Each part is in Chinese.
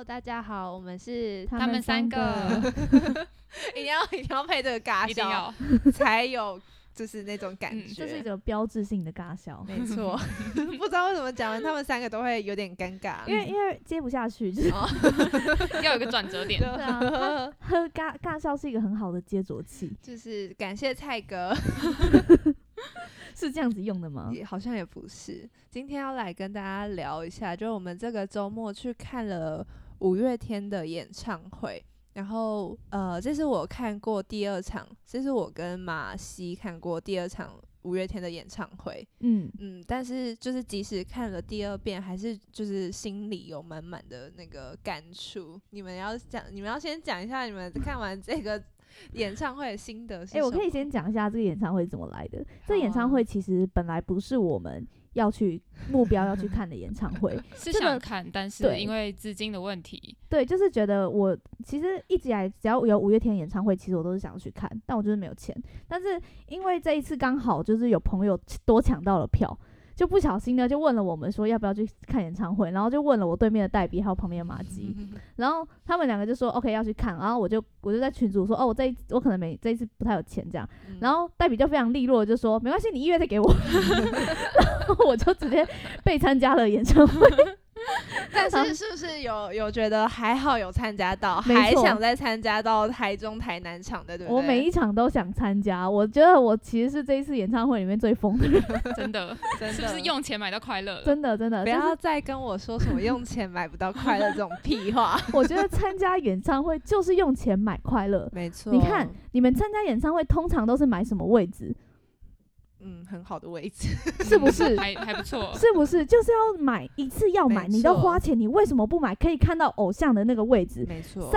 大家好，我们是他们三个一定要配这个尬笑，才有就是那种感觉， 这是一个标志性的尬笑， 没错。不知道为什么讲完他们三个都会有点尴尬， 因为接不下去，就是要有个转折点。 对啊，喝尬笑是一个很好的接着器， 就是感谢蔡哥。 是这样子用的吗？ 好像也不是。今天要来跟大家聊一下，就我们这个周末去看了五月天的演唱会，然后这是我看过第二场，这是我跟马西看过第二场五月天的演唱会。但是就是即使看了第二遍，还是就是心里有满满的那个感触。你们要先讲一下你们看完这个演唱会的心得是什么？ 我可以先讲一下这个演唱会怎么来的。这演唱会其实本来不是我们目标要去看的演唱会， 是想看，但是因为资金的问题， 对，就是觉得我其实一直以来只要有五月天演唱会，其实我都是想要去看，但我就是没有钱。但是因为这一次刚好就是有朋友多抢到了票，就不小心呢就问了我们说要不要去看演唱会，然后就问了我对面的代比还有旁边的马基，然后他们两个就说 OK 要去看，然后我就在群组说我可能这一次不太有钱这样，然后代比就非常利落的就说没关系，你1月再给我，然后我就直接被参加了演唱会。 但是是不是有觉得还好有参加到，还想再参加到台中台南场的，对不对？ 我每一场都想参加，我觉得我其实是这一次演唱会里面最疯的人。 真的是不是用钱买到快乐了？ 真的不要再跟我说什么用钱买不到快乐这种屁话。 我觉得参加演唱会就是用钱买快乐， 没错。 你看你们参加演唱会通常都是买什么位置？ 很好的位置， 是不是？ 还不错， 是不是？就是要买一次要买，你都花钱，你为什么不买？可以看到偶像的那个位置， 没错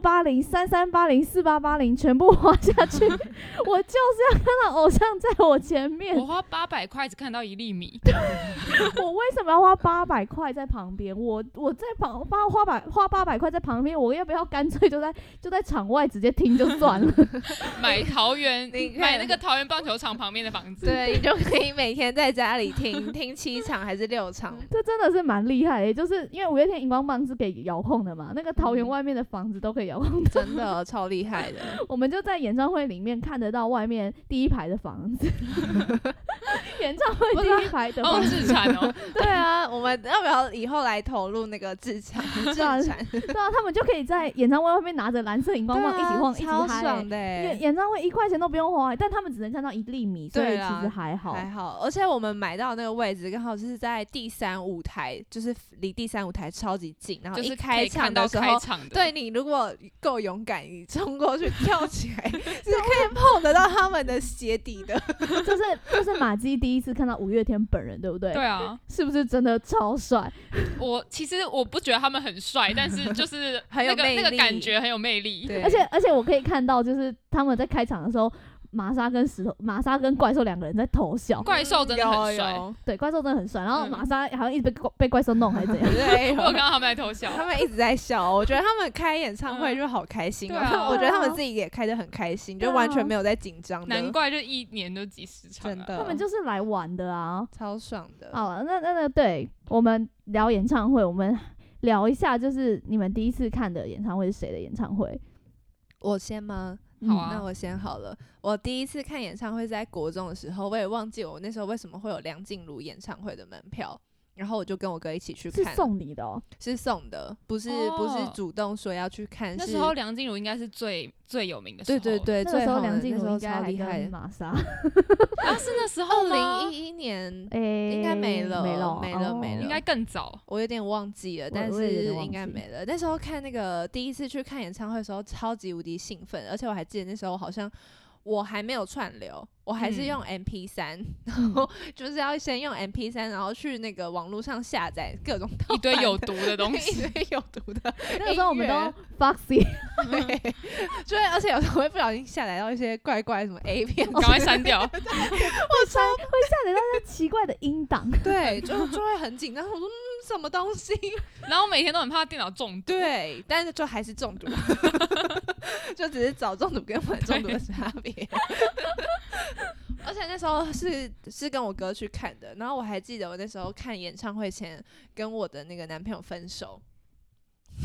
，3280、3380、4880全部花下去，我就是要看到偶像在我前面。 我花800块只看到1粒米， 我为什么要花800块在旁边？我在花800块在旁边，我要不要干脆就在场外直接听就算了？ 买买那个桃园棒球场旁边的房子。 对，你就可以每天在家里听7场还是6场， 这真的是蛮厉害的，就是因为五月天荧光棒是可以遥控的嘛，那个桃园外面的房子都可以遥控的， 真的超厉害的。 我们就在演唱会里面看得到外面第一排的房子，演唱会第一排的房子， 自产哦。 对啊，我们要不要以后来投入那个自产？对啊， 他们就可以在演唱会外面拿着蓝色荧光棒一起晃，一起超爽的耶。 演唱会1块钱都不用花，但他们只能看到1粒米，所以其实还好， 而且我们买到那个位置刚好就是在第3舞台，就是离第3舞台超级近，然后一开场的时候，对，你如果够勇敢，你冲过去跳起来，是可以碰得到他们的鞋底的。 这是马基第一次看到五月天本人，对不对？ 对啊， 是不是真的超帅？ 其实我不觉得他们很帅，但是就是很有魅力， 那个感觉很有魅力。 对，而且我可以看到，就是他们在开场的时候。玛莎跟怪兽2个人在偷笑， 怪兽真的很帅， 对，怪兽真的很帅。然后玛莎好像一直被怪兽弄还是怎样？ 对， 我刚刚他们在偷笑， 他们一直在笑。我觉得他们开演唱会就好开心哦，我觉得他们自己也开得很开心，就完全没有在紧张的。 难怪就1年都几十场， 真的， 他们就是来玩的啊， 超爽的。 好了，那对我们聊演唱会，我们聊一下，就是你们第一次看的演唱会是谁的演唱会？ 我先吗？ 好啊， 那我先好了。我第一次看演唱会是在国中的时候，我也忘记我那时候为什么会有梁静茹演唱会的门票，然后我就跟我哥一起去看。 是送你的哦？ 是送的，不是主动说要去看。 那时候梁静茹应该是最有名的时候。 对，那时候梁静茹应该还跟玛莎。 是那时候吗 ？2011年，应该没了， 应该更早。 我有点忘记了，但是应该没了。那时候看那个第一次去看演唱会的时候，超级无敌兴奋，而且我还记得那时候好像我还没有串流，我还是用 MP3，然后就是要先用 MP3，然后去那个网络上下载各种一堆有毒的东西， 一堆有毒的。 那个时候我们都 Foxy， 对，就而且有时候会不小心下载到一些怪怪什么 A 片， 赶快删掉。 会下载到一些奇怪的音档， 对，就会很紧张。我说什么东西？ 然后每天都很怕电脑中毒， 对，但是就还是中毒，就只是早中毒跟晚中毒的差别。而且那时候是跟我哥去看的，然后我还记得我那时候看演唱会前跟我的那个男朋友分手。 是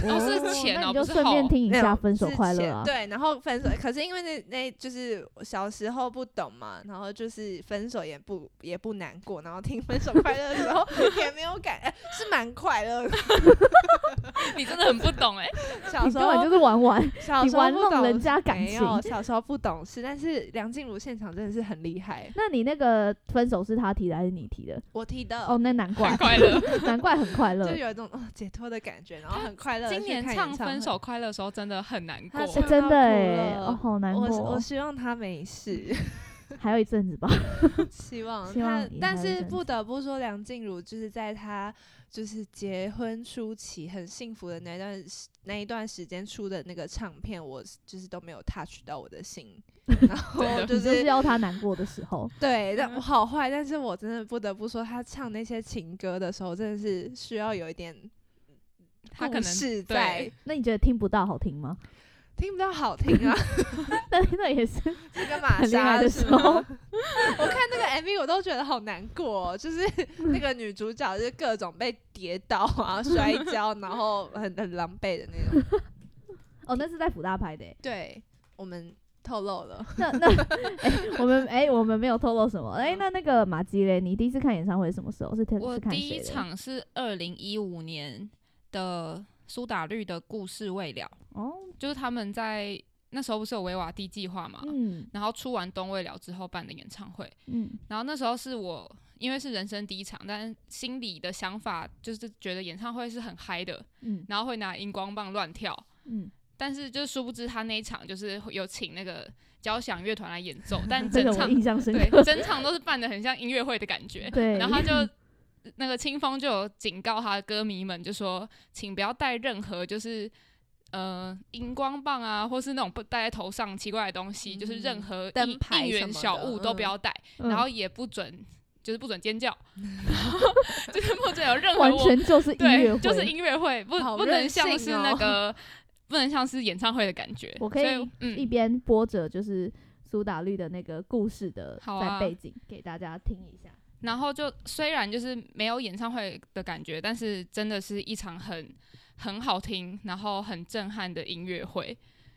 前那你就不是后顺便听一下《分手快乐》啊。 对，然后分手，可是因为那就是小时候不懂嘛，然后就是分手也不难过，然后听《分手快乐》的时候也没有是蛮快乐的。 你真的很不懂小时候你根本就是玩，你小时候玩弄人家感情。 没有，小时候不懂事，但是梁静茹现场真的是很厉害。 那你那个分手是他提的还是你提的？ 我提的。 哦，那难怪很快乐， 难怪很快乐， 就有一种解脱的感觉，然后很快乐。 今年唱《分手快乐》的时候真的很难过， 真的哦，好难过。 我希望他没事。 还有一阵子吧， 希望他，但是不得不说，梁静茹就是在她就是结婚初期很幸福的那一段时间出的那个唱片，我就是都没有 touch 到我的心，然后就是要她难过的时候。 对，但我好坏，但是我真的不得不说，她唱那些情歌的时候，真的是需要有一点故事在。 那你觉得听不到好听吗？ 听不到好听啊， 那也是这个玛莎的时候，我看那个 MV 我都觉得好难过就是那个女主角就是各种被跌倒啊、摔跤，然后很狼狈的那种。 哦，那是在辅大拍的。 对，我们透露了。 我们没有透露什么。那个马基嘞，你第一次看演唱会什么时候？ 我第一场是2015年的苏打绿的故事未了。就是他们在那时候不是有维瓦蒂计划嘛，然后出完东未了之后办的演唱会，然后那时候是我因为是人生第一场，但心里的想法就是觉得演唱会是很嗨的，然后会拿荧光棒乱跳，但是就殊不知他那一场就是有请那个交响乐团来演奏，但整场印象深刻， 对，整场都是办得很像音乐会的感觉， 对， 然后他就那个清风就有警告他的歌迷们，就说请不要带任何就是荧光棒啊，或是那种戴在头上奇怪的东西，就是任何灯牌应援小物都不要带，然后也不准尖叫，就是不准有任何完全就是音乐会， 对，就是音乐会，不能像是那个不能像是演唱会的感觉。 我可以一边播着就是苏打绿的那个故事的在背景给大家听一下。 然后就虽然就是没有演唱会的感觉，但是真的是一场很好听，然后很震撼的音乐会。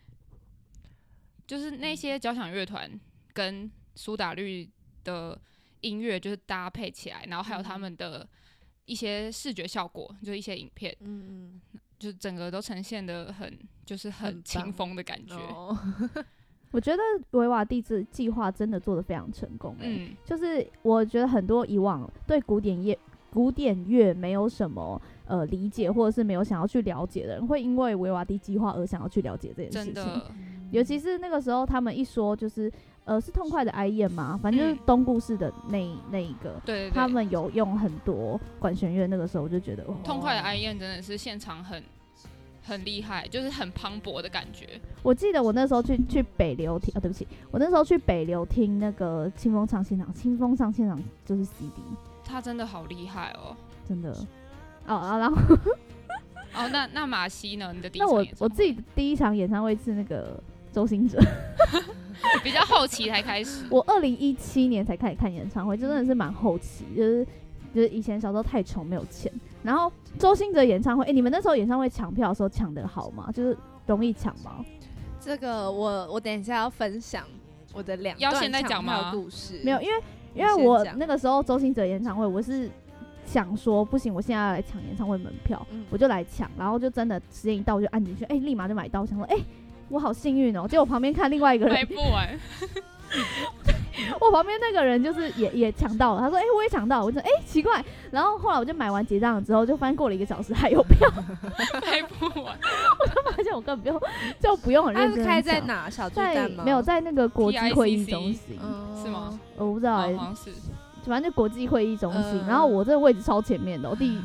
就是那些交响乐团跟苏打绿的音乐就是搭配起来，然后还有他们的一些视觉效果，就一些影片，就整个都呈现的很清风的感觉。 我觉得维瓦蒂计划真的做得非常成功就是我觉得很多以往对古典乐没有什么理解，或者是没有想要去了解的人，会因为维瓦蒂计划而想要去了解这件事情。真的，尤其是那个时候他们一说就是是痛快的哀艳嘛，反正就是东故事的那一个，对，他们有用很多管弦乐，那个时候我就觉得痛快的哀艳真的是现场很厉害，就是很磅礴的感觉。 我记得我那时候去北流听对不起，我那时候去北流听那个清风上现场就是 CD， 他真的好厉害哦， 真的。然后那马西呢？你的第一场演唱会？ 我自己第一场演唱会是那个周兴哲， 比较后期才开始。 我2017年才开始看演唱会，就真的是蛮后期，就是以前小时候太穷没有钱。然后周兴哲演唱会，你们那时候演唱会抢票的时候抢得好吗？就是容易抢吗？ 这个我等一下要分享我的2段抢票故事。 没有，因为我那个时候周兴哲演唱会，我是想说不行，我现在要来抢演唱会门票，我就来抢，然后就真的时间一到我就按进去，立马就买到，我想说我好幸运哦。结果旁边看另外一个人买不完我旁边那个人就是也抢到了，他说我也抢到了，我就奇怪，然后后来我就买完结账了之后，就发现过了1个小时还有票买不完我就发现我根本不用很认真。 他是开在哪？小巨蛋吗？ 没有，在那个国际会议中心是吗？ 我不知道好像是， 反正就国际会议中心，然后我这个位置超前面的，第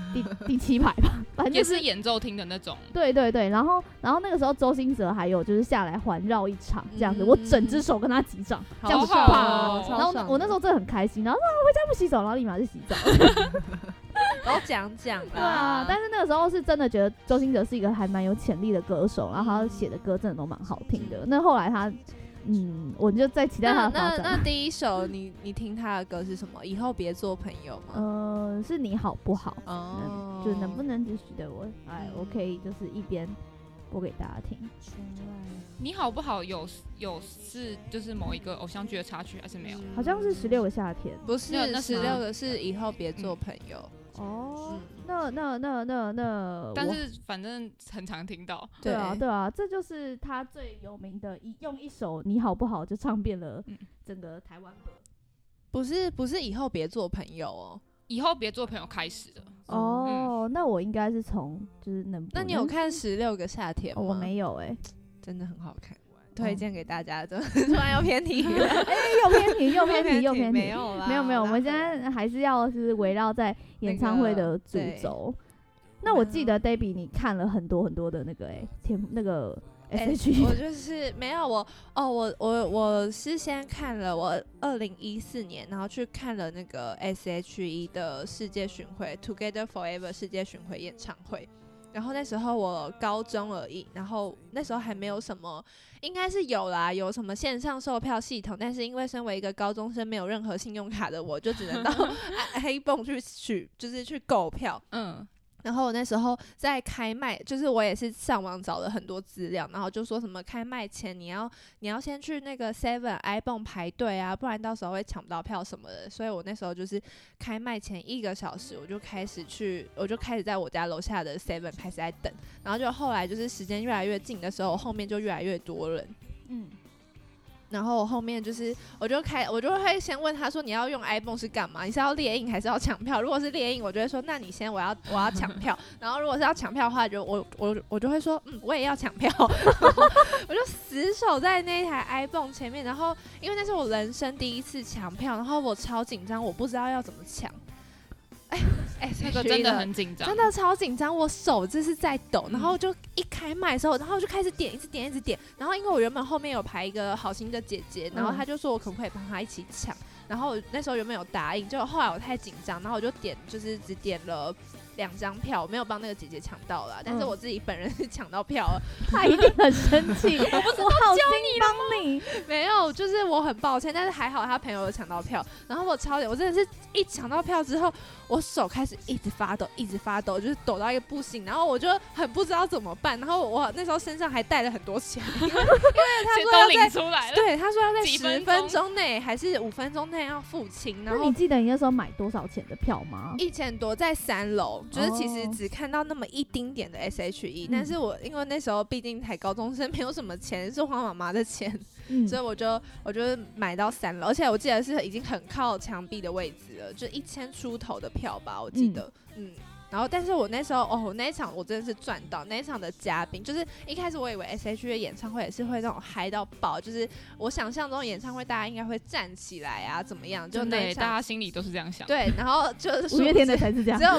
7排吧，反正也是演奏厅的那种。 对对对，然后那个时候周兴哲还有就是下来环绕一场这样子，我整只手跟他击掌，这样子啪， 然后我那时候真的很开心，然后说回家不洗手，然后立马就洗澡。 都讲啦。 对啊，但是那个时候是真的觉得周兴哲是一个还蛮有潜力的歌手，然后他写的歌真的都蛮好听的。那后来他我就在期待他的发展。 那第一首你听他的歌是什么？以后别做朋友吗？ 是你好不好？就能不能只许得我，我可以就是一边播给大家听。 你好不好有是就是某一个偶像剧的插曲还是没有？ 好像是16个夏天， 不是那16个是以后别做朋友。 那， 但是反正很常听到。 对啊，这就是他最有名的用一首《你好不好》就唱遍了整个台湾的。 不是以后别做朋友哦， 以后别做朋友开始的。 那我应该是从就是那你有看16个夏天吗？ 我没有真的很好看，推荐给大家。突然又偏题了， 又偏题， 没有啦， 没有，我们现在还是要是围绕在演唱会的主轴。那我记得 Debbie 你看了很多很多的那个那个 S.H.E， 我就是没有我是先看了我2014年，然后去看了那个 S.H.E 的世界巡回 Together Forever 世界巡回演唱会。然后那时候我高中而已，然后那时候还没有什么，应该是有啦，有什么线上售票系统，但是因为身为一个高中生没有任何信用卡的我，就只能到黑泵就是去购票。然后我那时候在开卖，就是我也是上网找了很多资料，然后就说什么开卖前你要先去那个 Seven iPhone 排队啊，不然到时候会抢不到票什么的。所以我那时候就是开卖前1个小时，我就开始在我家楼下的 Seven 开始在等，然后就后来就是时间越来越近的时候，后面就越来越多人。然后我后面就是我就会先问他说你要用 iPhone 是干嘛？你是要列印还是要抢票？如果是列印，我就会说那你先我要抢票。然后如果是要抢票的话，我就会说我也要抢票。我就死守在那一台 iPhone 前面，然后因为那是我人生第一次抢票，然后我超紧张，我不知道要怎么抢。 那个真的很紧张， 真的超紧张，我手就是在抖，然后就一开麦的时候，然后就开始点，一直点，然后因为我原本后面有排一个好心的姐姐，然后她就说我可不可以帮她一起抢，然后我那时候原本有答应，就后来我太紧张，然后我就就是只点了2张票，我没有帮那个姐姐抢到啦，但是我自己本人是抢到票了， 她一定很生气，我好心帮你， 没有，就是我很抱歉，但是还好她朋友有抢到票，然后我真的是一抢到票之后，我手开始一直发抖，就是抖到一个不行，然后我就很不知道怎么办，然后我那时候身上还带了很多钱，因为他说要领出来了， 对，他说要在10分钟内还是5分钟内要付清。然后那你记得你那时候买多少钱的票吗 ？1000多，在3楼，就是其实只看到那么一丁点的 S.H.E，但是我因为那时候毕竟才高中生，没有什么钱，是花妈妈的钱，所以我就买到3楼，而且我记得是已经很靠墙壁的位置了，就1000出头的票吧，我记得，然后，但是我那时候那一场我真的是赚到，那一场的嘉宾就是一开始我以为 S.H.E 的演唱会也是会那种嗨到爆，就是我想象中的演唱会大家应该会站起来啊怎么样，就那一场大家心里都是这样想。 对，然后就是 5月天的才是这样， 只有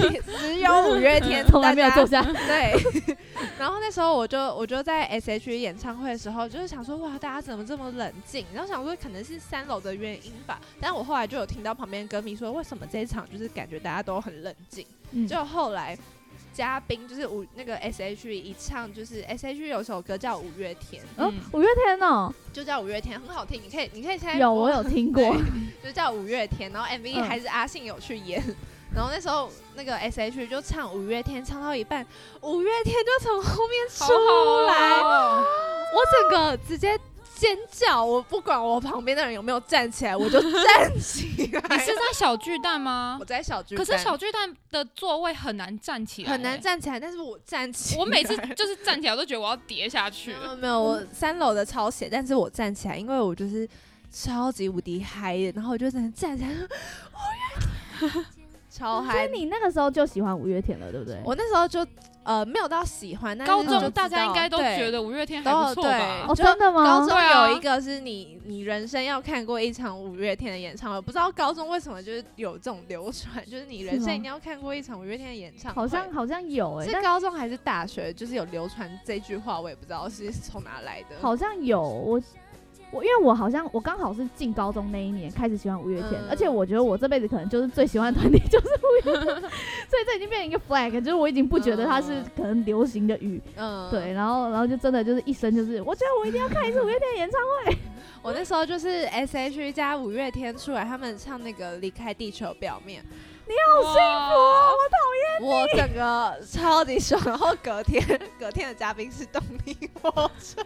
5月天从来没有坐下。 对，然后那时候我就在 S.H.E 演唱会的时候，就是想说哇，大家怎么这么冷静？然后想说可能是3楼的原因吧，但我后来就有听到旁边歌迷说，为什么这一场就是感觉大家都很冷静？就后来嘉宾就是那个 S.H.E 一唱，就是 S.H.E 有首歌叫《5月天》 ，5月天哦， 就叫5月天，很好听，你可以现在我有听过， 就叫5月天，然后 MV 还是阿信有去演，然后那时候那个 S.H.E 就唱5月天，唱到一半，5月天就从后面出来，我整个直接尖叫，我不管我旁边的人有没有站起来，我就站起来。 你是在小巨蛋吗？ 我在小巨蛋， 可是小巨蛋的座位很难站起来， 很难站起来。但是我站起来， 我每次就是站起来，我都觉得我要跌下去了。 没有，我3楼的超斜，但是我站起来，因为我就是超级无敌嗨的，然后我就只能站起来说超嗨。 所以你那个时候就喜欢5月天了，对不对？ 我那时候就没有到喜欢，但是高中大家应该都觉得5月天还不错吧？ 真的吗？ 高中有一个是你人生要看过一场5月天的演唱会，不知道高中为什么就是有这种流传，就是你人生一定要看过一场5月天的演唱会。 好像有是高中还是大学，就是有流传这句话，我也不知道是从哪来的。 好像有因为我刚好是进高中那一年开始喜欢5月天，而且我觉得我这辈子可能就是最喜欢的团体就是5月天，所以这已经变成一个 flag， 就是我已经不觉得它是可能流行的语，对，然后就真的就是一生就是我觉得我一定要看一次5月天的演唱会。 我那时候就是 S.H.E 加5月天出来，他们唱那个离开地球表面。 你好幸福哦，我讨厌你。 我整个超级爽，然后隔天的嘉宾是动力火车。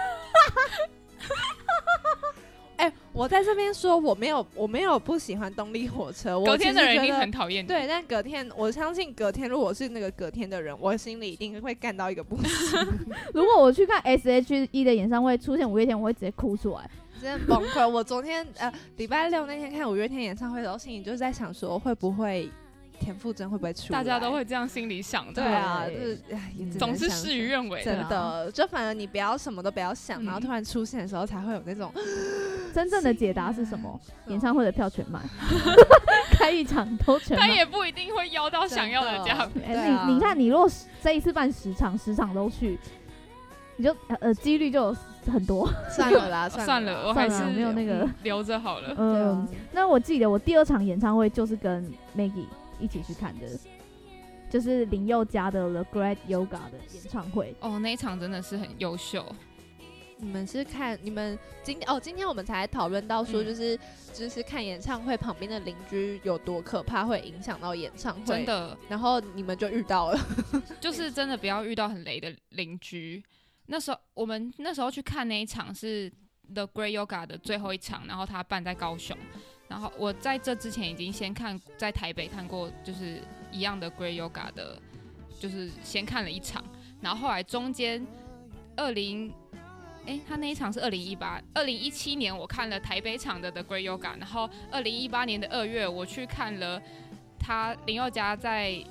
我在这边说我没有不喜欢动力火车， 隔天的人一定很讨厌你。 对，但隔天我相信隔天如果是那个隔天的人，我心里一定会干到一个不行。 如果我去看 SHE 的演唱会出现五月天，我会直接哭出来， 真的崩溃。我昨天礼拜六那天看五月天演唱会的时候，心里就是在想说会不会田馥甄会不会出来？ 大家都会这样心里想的。 对啊，就是总是事与愿违。 真的，就反而你不要什么都不要想，然后突然出现的时候才会有那种真正的解答是什么？演唱会的票全卖，开一场都全卖。 他也不一定会邀到想要的嘉宾。 你看，你如果这一次办10场，10场都去，你就几率就有很多。 算了啦， 算了，我还是没有那个留着好了。 那我记得我第2场演唱会就是跟 Maggie 一起去看的，就是林宥嘉的 The Great Yoga 的演唱会。 哦，那一场真的是很优秀。 你们是看你们今天我们才讨论到说，就是看演唱会旁边的邻居有多可怕，会影响到演唱会。 真的。 然后你们就遇到了， 就是真的不要遇到很雷的邻居。我们那时候去看那一场是 The Great Yoga 的最后一场，然后他办在高雄。然后我在这之前已经先在台北看过，就是一样的 Great Yoga 的，就是先看了一场，然后后来中间他那一场是2017年我看了台北场的 The Great Yoga， 然后2018年的2月我去看了林宥嘉在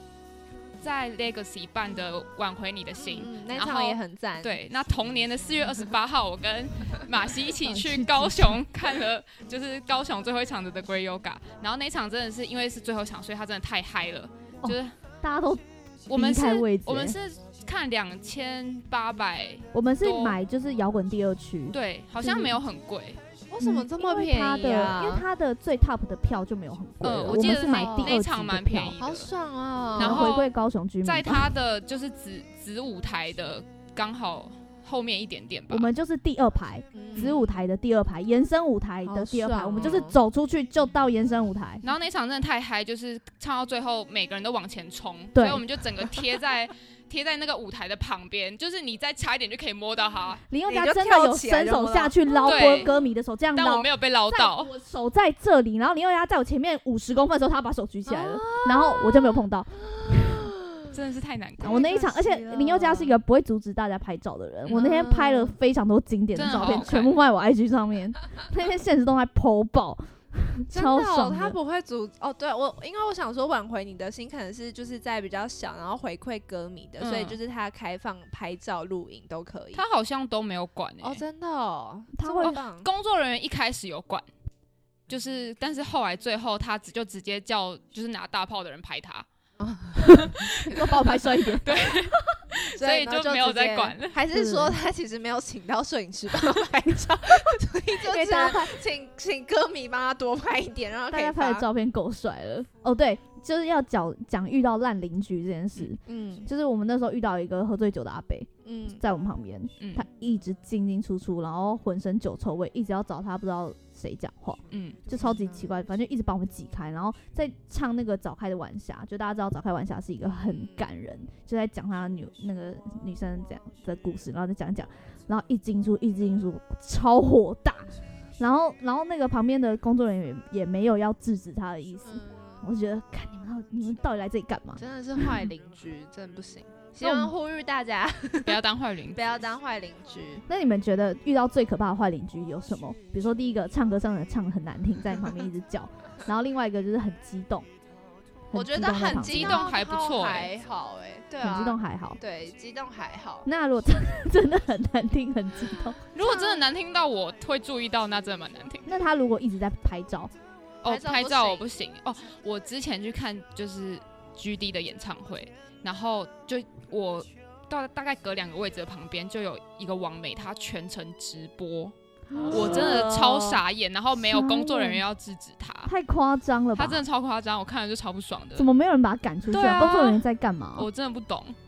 Legacy 办的挽回你的心， 那场也很赞。 对，那同年的4月28号，我跟马西一起去高雄看了，就是高雄最后一场的 The Great Yoga， 然后那场真的是因为是最后一场，所以他真的太嗨了，就是大家都我们是看2800， 我们是买就是摇滚第2区， 对，好像没有很贵。 为什么这么便宜啊？ 因为他的最 top 的票就没有很贵我记得是买第2 那场蛮便宜的， 好爽啊！ 然后回馈高雄居民， 在他的就是子舞台的刚好后面一点点吧。 我们就是第2排，子舞台的第2排，延伸舞台的第2排，我们就是走出去就到延伸舞台。 然后那场真的太嗨，就是唱到最后每个人都往前冲， 所以我们就整个贴在那个舞台的旁边，就是你再差一点就可以摸到他。 林宥嘉真的有伸手下去捞歌迷的手，这样捞， 但我没有被捞到。 我手在这里，然后林宥嘉在我前面50公分的时候，他把手举起来了，然后我就没有碰到。 真的是太难过。 我那一场，而且林宥嘉是一个不会阻止大家拍照的人。我那天拍了非常多经典的照片，全部放在我 IG 上面。那天现实动态 po 爆。超爽的， 他不会对因为我想说挽回你的心可能是就是在比较小，然后回馈歌迷的，所以就是他开放拍照录影都可以。 他好像都没有管真的他会工作人员一开始有管，就是但是后来最后他就直接叫就是拿大炮的人拍他。 要帮我拍帅一点， 对，所以就没有再管了。 还是说他其实没有请到摄影师帮他拍照，所以就只能请歌迷帮他多拍一点，让他可以大家拍的照片够帅了。对，就是要讲遇到烂邻居这件事。就是我们那时候遇到一个喝醉酒的阿伯，在我们旁边，他一直进进出出，然后浑身酒臭味，一直要找他不知道谁讲话，就超级奇怪，反正就一直把我们挤开，然后在唱那个早开的晚霞，就大家知道早开晚霞是一个很感人，就在讲他那个女生这样的故事，然后再讲讲，然后一进出超火大，然后那个旁边的工作人员也没有要制止他的意思，我就觉得看你们到底来这里干嘛？ 真的是坏邻居，真的不行。希望呼吁大家不要当坏邻居， 不要当坏邻居。 那你们觉得遇到最可怕的坏邻居有什么？比如说第一个唱歌唱得很难听，在你旁边一直叫，然后另外一个就是很激动。 我觉得很激动还不错， 还好对啊， 很激动还好， 对，激动还好。 那如果真的很难听，很激动， 如果真的难听到我会注意到，那真的蛮难听。 那他如果一直在拍照， 拍照我不行我之前去看就是 GD 的演唱会，然后就我大概隔2个位置的旁边就有一个网美，她全程直播。我真的超傻眼，然后没有工作人员要制止他， 太夸张了吧？ 他真的超夸张，我看了就超不爽的。 怎么没有人把他赶出去？工作人员在干嘛？ 我真的不懂。 好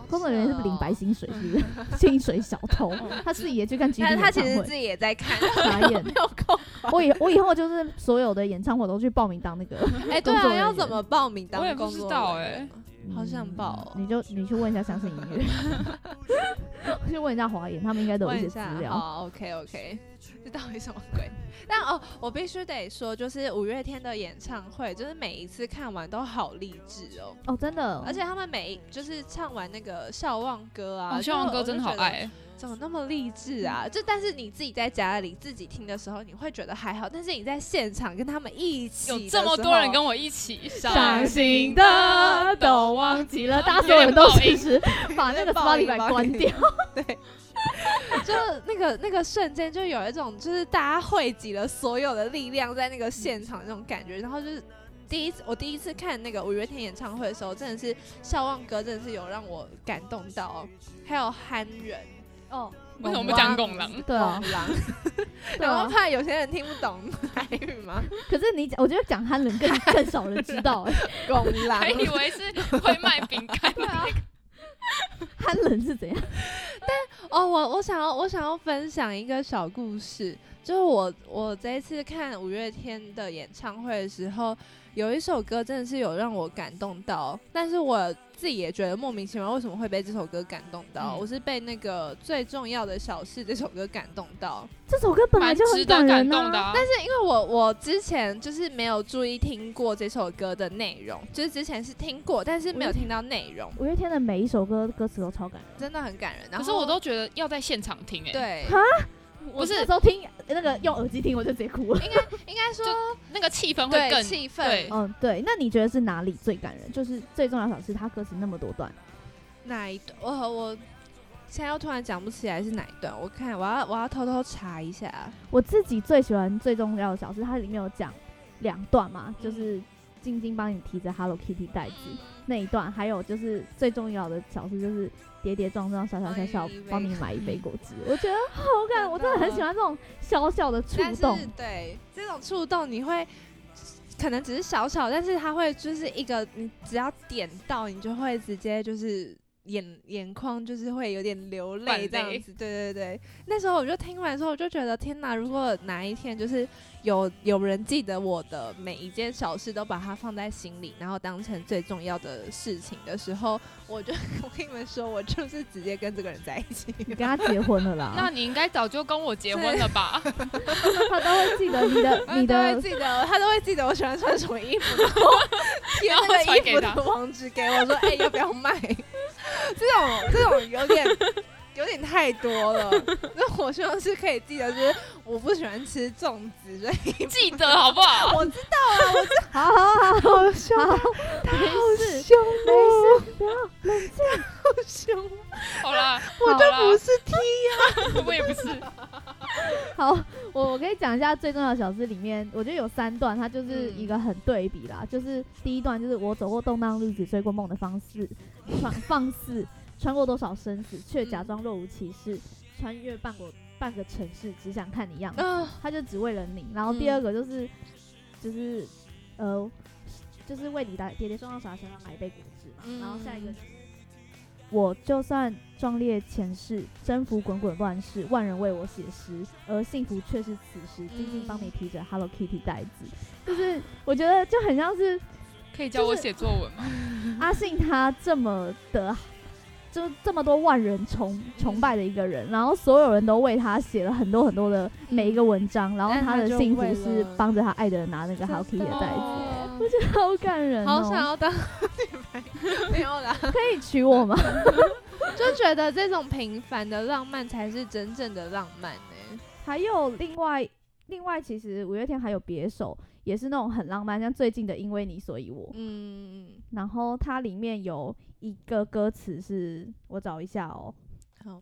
工作人员是不是领白薪水，是不是薪水小偷？他自己也去看 GD 演唱会， 他其实自己也在看， 傻眼。 没有空。 我以后就是所有的演唱会都去报名当那个对啊，要怎么报名当工作人员？好想报哦！ 你去问一下相信音乐，去问一下华研，他们应该都有一些资料。 好 ，OK， 这到底什么鬼？但我必须得说，就是五月天的演唱会，就是每一次看完都好励志哦。 哦，真的， 而且他们就是唱完那个笑忘歌啊， 笑忘歌真的好爱。 怎么那么励志啊？但是你自己在家里自己听的时候，你会觉得还好，但是你在现场跟他们一起， 有这么多人跟我一起， 伤心的都忘记了，大家所有人都其实把那个 Spotify 关掉， 对，就那个瞬间就有一种就是大家汇集了所有的力量在那个现场那种感觉，然后就是。我第一次看那个五月天演唱会的时候，真的是笑忘歌，真的是有让我感动到，还有憨人。 为什么不讲拱狼？ 对啊， 拱狼，然后怕有些人听不懂台语吗？ 可是我觉得讲憨人更少人知道拱狼， 还以为是会卖饼干的那个。 憨人是怎样？ 但我想要分享一个小故事，就是我这一次看五月天的演唱会的时候。有一首歌真的是有让我感动到，但是我自己也觉得莫名其妙，为什么会被这首歌感动到？我是被那个最重要的小事这首歌感动到。 这首歌本来就很感人啊， 但是因为我之前就是没有注意听过这首歌的内容，就是之前是听过，但是没有听到内容。 五月天的每一首歌歌词都超感人， 真的很感人。 可是我都觉得要在现场听对哈。不是那时候听那个用耳机听我就直接哭了， 应该说那个气氛会更气氛。 对。那你觉得是哪里最感人？就是最重要的是他歌词那么多段， 哪一段？我现在又突然讲不起来是哪一段。我要偷偷查一下。 我自己最喜欢最重要的小事，它里面有讲2段嘛，就是晶晶帮你提着 Hello Kitty 袋子那一段，还有就是最重要的小事就是跌跌撞撞小帮你买一杯果汁，我觉得好感人，我真的很喜欢这种小小的触动。 对，这种触动你会可能只是小小，但是它会就是一个你只要点到，你就会直接就是眼眶就是会有点流泪这样子。对，那时候我就听完之后，我就觉得天哪！如果哪一天就是有人记得我的每一件小事都把它放在心里，然后当成最重要的事情的时候，我跟你们说，我就是直接跟这个人在一起。 你跟他结婚了啦？ 那你应该早就跟我结婚了吧？ 他都会记得你的， 他都会记得我喜欢穿什么衣服，然后贴那个衣服的网址给我说，要不要卖？这种有点太多了。那我希望是可以记得，就是我不喜欢吃粽子，所以记得好不好？ 我知道啊， 好凶，他好凶，没事，不要冷静， 好凶。 好啦， 我就不是 T 啊， 我也不是。 好，我可以讲一下最重要的小事里面，我觉得有3段，它就是一个很对比啦。就是第一段就是我走过动荡日子，追过梦的放肆，穿过多少生死，却假装若无其事，穿越半个城市，只想看你样子，他就只为了你。然后第二个就是为你跌跌撞撞傻傻买一杯果汁嘛。然后下一个我就算壮烈前世，征服滚滚乱世，万人为我写诗，而幸福却是此时，静静帮你提着 Hello Kitty 袋子。就是我觉得就很像是， 可以教我写作文吗？ 阿信他这么多万人崇拜的一个人，然后所有人都为他写了很多很多的每一个文章，然后他的幸福是帮着他爱的人拿那个 Hello Kitty 的袋子，我觉得好感人好想要当女朋友，没有啦， 可以娶我吗？ 就觉得这种平凡的浪漫才是真正的浪漫欸。 还有另外，其实五月天还有别首也是那种很浪漫，像最近的《因为你所以我》。然后它里面有一个歌词是，我找一下哦。 好。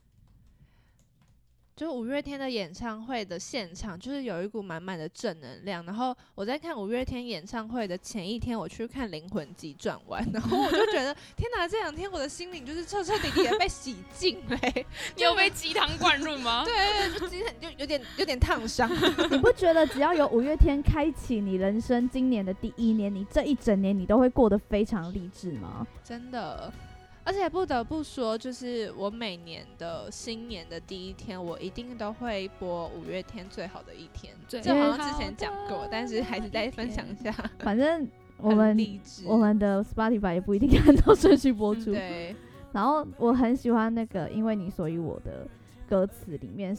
就五月天的演唱会的现场，就是有一股满满的正能量。然后我在看五月天演唱会的前一天，我去看《灵魂急转弯》，然后我就觉得天哪，这2天我的心灵就是彻彻底底的被洗净了。 你有被鸡汤灌入吗？ 对，就有点烫伤。 你不觉得只要有五月天开启你人生今年的第1年，你这一整年你都会过得非常励志吗？ 真的。 而且不得不说，就是我每年的新年的第一天，我一定都会播五月天最好的一天。这好像之前讲过，但是还是再分享一下。 反正我们的 Spotify 也不一定按照顺序播出。 对。 然后我很喜欢那个因为你所以我的歌词里面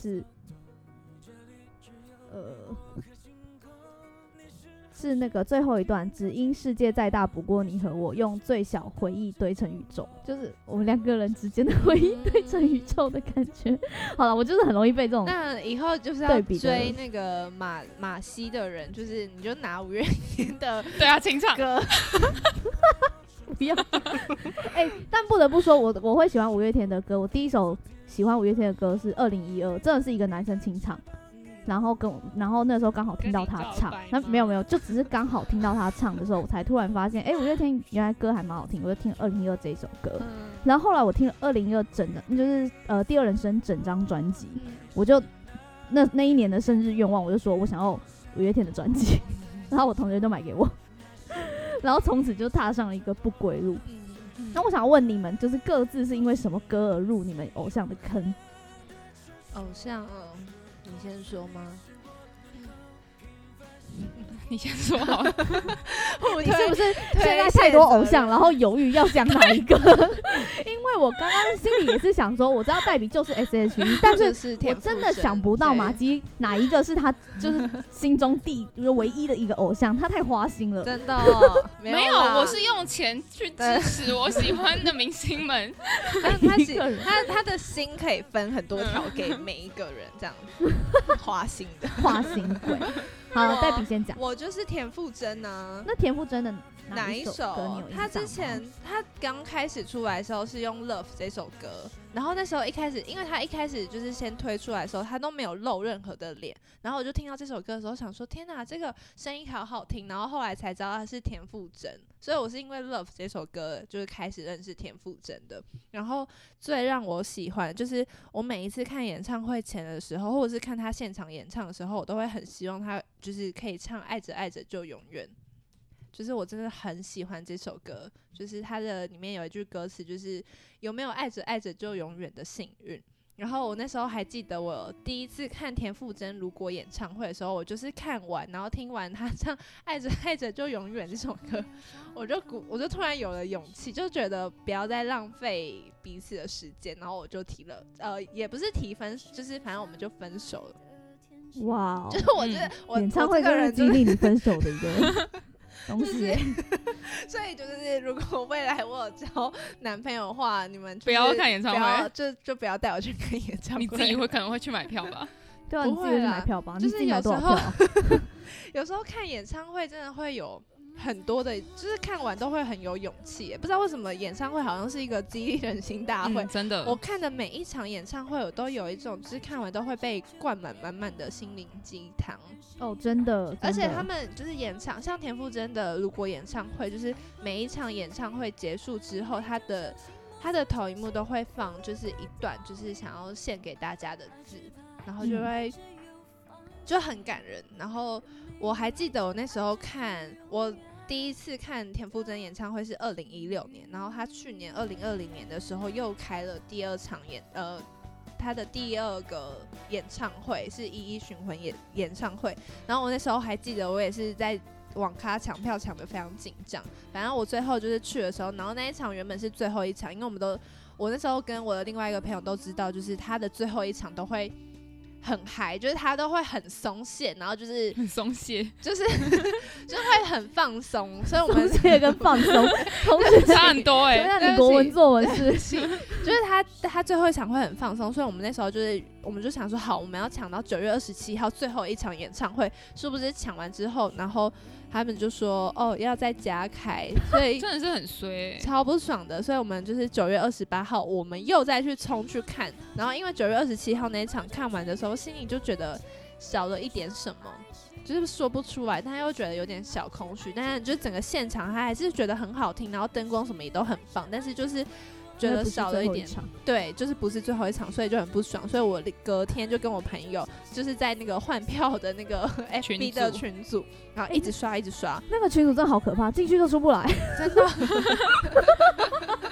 是那个最后一段，只因世界再大不过你和我，用最小回忆堆成宇宙，就是我们两个人之间的回忆堆成宇宙的感觉。好了，我就是很容易被这种那以后就是要追那个马西的人，就是你就拿五月天的对啊清唱歌。 不要但不得不说我会喜欢五月天的歌。我第一首喜欢五月天的歌是2012，真的是一个男生清唱，然后那时候刚好听到他唱，那没有就只是刚好听到他唱的时候，我才突然发现五月天原来歌还蛮好听，我就听了2012这一首歌。然后后来我听了2012就是第二人生整张专辑，我就那一年的生日愿望，我就说我想要五月天的专辑，然后我同学就买给我。然后从此就踏上了一个不归路。那我想问你们，就是各自是因为什么歌而入你们偶像的坑？ 偶像你先说吗？ 你先说好了。 你是不是现在太多偶像，然后犹豫要讲哪一个？因为我刚刚心里也是想说，我知道黛比就是 S.H.E， 但是我真的想不到马基哪一个是他就是心中唯一的一个偶像，他太花心了， 真的没有，我是用钱去支持我喜欢的明星们。 他的心可以分很多条给每一个人，这样子花心的花心鬼。好，黛比先讲。 我就是田馥甄啊。 那田馥甄的哪一首？他之前他刚开始出来的时候是用《Love》这首歌，然后那时候因为他一开始就是先推出来的时候，他都没有露任何的脸，然后我就听到这首歌的时候想说，天哪，这个声音好好听，然后后来才知道他是田馥甄，所以我是因为《Love》这首歌就是开始认识田馥甄的。然后最让我喜欢的就是我每一次看演唱会前的时候，或者是看他现场演唱的时候，我都会很希望他就是可以唱《爱着爱着就永远》。就是我真的很喜欢这首歌，就是它的里面有一句歌词，就是有没有爱着爱着就永远的幸运。然后我那时候还记得，我第一次看田馥甄如果演唱会的时候，我就是看完，然后听完他唱《爱着爱着就永远》这首歌，我就突然有了勇气，就觉得不要再浪费彼此的时间，然后我就提了，也不是提分，就是反正我们就分手了。 哇， 就是我觉得演唱会真的激励你分手的一个。 东西，所以就是如果未来我有交男朋友的话，你们、就是、 不要看演唱会， 就不要带我去看演唱会。 你自己可能会去买票吧？ 对啊，你自己去买票吧。 就是有时候有时候看演唱会真的会有很多的，就是看完都会很有勇气。不知道为什么演唱会好像是一个激励人心大会， 真的。 我看的每一场演唱会，我都有一种就是看完都会被灌满满满的心灵鸡汤。 哦，真的。 而且他们就是像田馥甄的如果演唱会，就是每一场演唱会结束之后，他的投影幕都会放就是一段就是想要献给大家的字，然后就会、就很感人。然后我还记得我那时候我第一次看田馥甄演唱会是2016年，然后他去年2020年的时候又开了第二场他的第二个演唱会是11巡回演唱会，然后我那时候还记得我也是在网咖抢票抢得非常紧张，反正我最后就是去的时候，然后那一场原本是最后一场，因为我那时候跟我的另外一个朋友都知道，就是他的最后一场都会很嗨，就是他都会很松懈，然后就是很松懈， 就是会很放松，所以我们松懈跟放松同时差很多那你国文作文是就是他最后一场会很放松，所以我们那时候我们就想说，好，我们要抢到9月27号最后一场演唱会，殊不知抢完之后，然后他们就说要再加开，所以真的是很衰超不爽的，所以我们就是9月28号我们又再去冲去看，然后因为9月27号那一场看完的时候，心里就觉得少了一点什么，就是说不出来，但又觉得有点小空虚，但是就整个现场他还是觉得很好听，然后灯光什么也都很棒，但是就是觉得少了一点，对，就是不是最后一场，所以就很不爽，所以我隔天就跟我朋友就是在那个换票的那个 FB 的群组，然后一直刷， 那个群组真的好可怕，进去都出不来， 真的。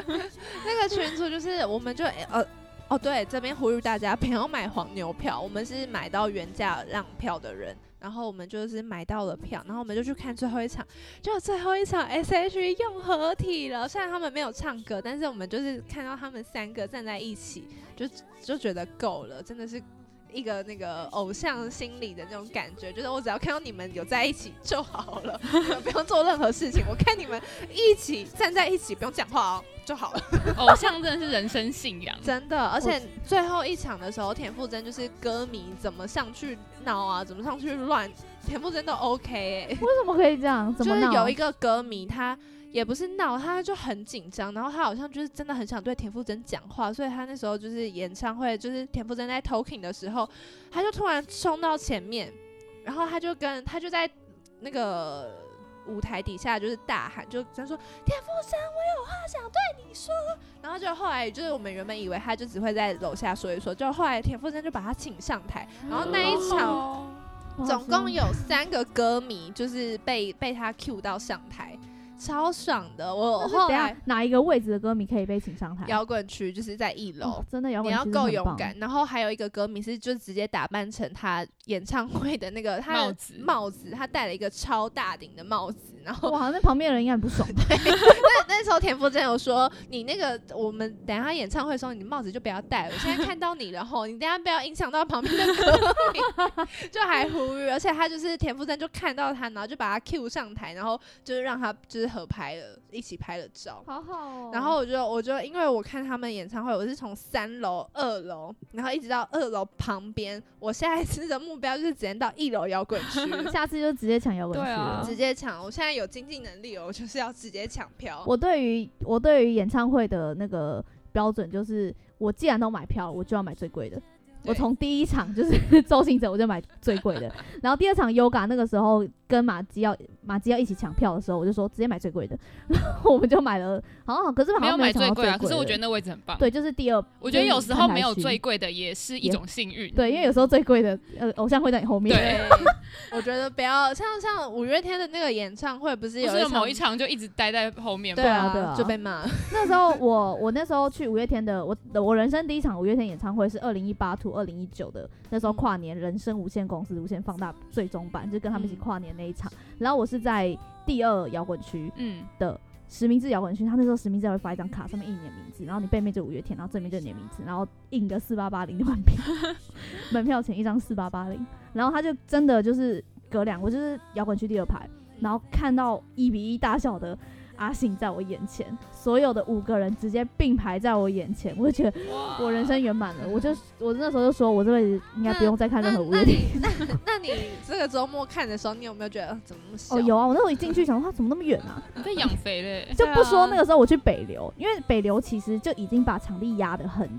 那个群组就是我们就对，这边呼吁大家不要买黄牛票，我们是买到原价让票的人，然后我们就是买到了票，然后我们就去看最后一场，就最后一场 S.H.E 用合体了，虽然他们没有唱歌，但是我们就是看到他们3个站在一起，就觉得够了，真的是一个那个偶像心里的那种感觉，就是我只要看到你们有在一起就好了，你们不用做任何事情，我看你们一起站在一起，不用讲话哦就好了。 偶像真的是人生信仰， 真的，而且最后一场的时候，田馥甄就是歌迷怎么上去闹啊，怎么上去乱，田馥甄都 OK 为什么可以这样？怎么闹？ 就是有一个歌迷他。也不是闹，他就很紧张，然后他好像就是真的很想对田馥甄讲话，所以他那时候就是演唱会，就是田馥甄在 talking 的时候，他就突然冲到前面，然后他就在那个舞台底下就是大喊，就在说田馥甄，我有话想对你说。然后就后来就是我们原本以为他就只会在楼下说一说，就后来田馥甄就把他请上台，然后那一场总共有3个歌迷就是被他 cue 到上台。超爽的！我后来哪一个位置的歌迷可以被请上台？ 摇滚区就是在1楼， 真的摇滚区你要够勇敢。然后还有一个歌迷是就直接打扮成他演唱会的那个帽子，他戴了一个超大顶的帽子，然后哇，那旁边的人应该很不爽吧？ 那时候田馥甄有说，你那个我们等一下演唱会的时候，你帽子就不要戴了。我现在看到你了吼，你等一下不要影响到旁边的歌迷，就还呼吁。而且他就是田馥甄就看到他，然后就把他 cue 上台，然后就是让他就是合拍了，一起拍了照， 好好哦。 然后我就因为我看他们演唱会，我是从3楼、2楼，然后一直到2楼旁边。我下一次的目标就是直接到1楼摇滚区， 下次就直接抢摇滚区了， 直接抢。我现在有经济能力了，我就是要直接抢票。 我对于演唱会的那个标准就是，我既然都买票了，我就要买最贵的。我从第一场就是周兴哲，我就买最贵的。然后第2场 Yoga 那个时候跟马基要一起抢票的时候，我就说直接买最贵的。然后我们就买了，可是好像没有买最贵啊。 可是我觉得那位置很棒。 对，就是第2。 我觉得有时候没有最贵的也是一种幸运。 对，因为有时候最贵的偶像会在你后面。 对，我觉得不要像5月天的那个演唱会，不是有某一场就一直待在后面吗？ 对啊， 就被骂。 那时候我那时候去5月天的，我人生第一场5月天演唱会是2018 to 2019的，那时候跨年人生无限公司无限放大最终版，就跟他们一起跨年那一场。然后我是在第2摇滚区的实名制摇滚区，他那时候实名制会发一张卡，上面印你的名字，然后你背面就5月天，然后正面就你的名字，然后印个4880的门票，门票钱一张4880，然后他就真的就是隔2，我就是摇滚区第2排，然后看到1:1大小的阿信在我眼前，所有的5个人直接并排在我眼前，我就觉得我人生圆满了。我那时候就说，我这辈子应该不用再看任何5月天。 那你这个周末看的时候，你有没有觉得怎么那么小？ 有啊，我那时候一进去想说他怎么那么远啊？ 你被养肥了。 就不说那个时候我去北流，因为北流其实就已经把场地压得很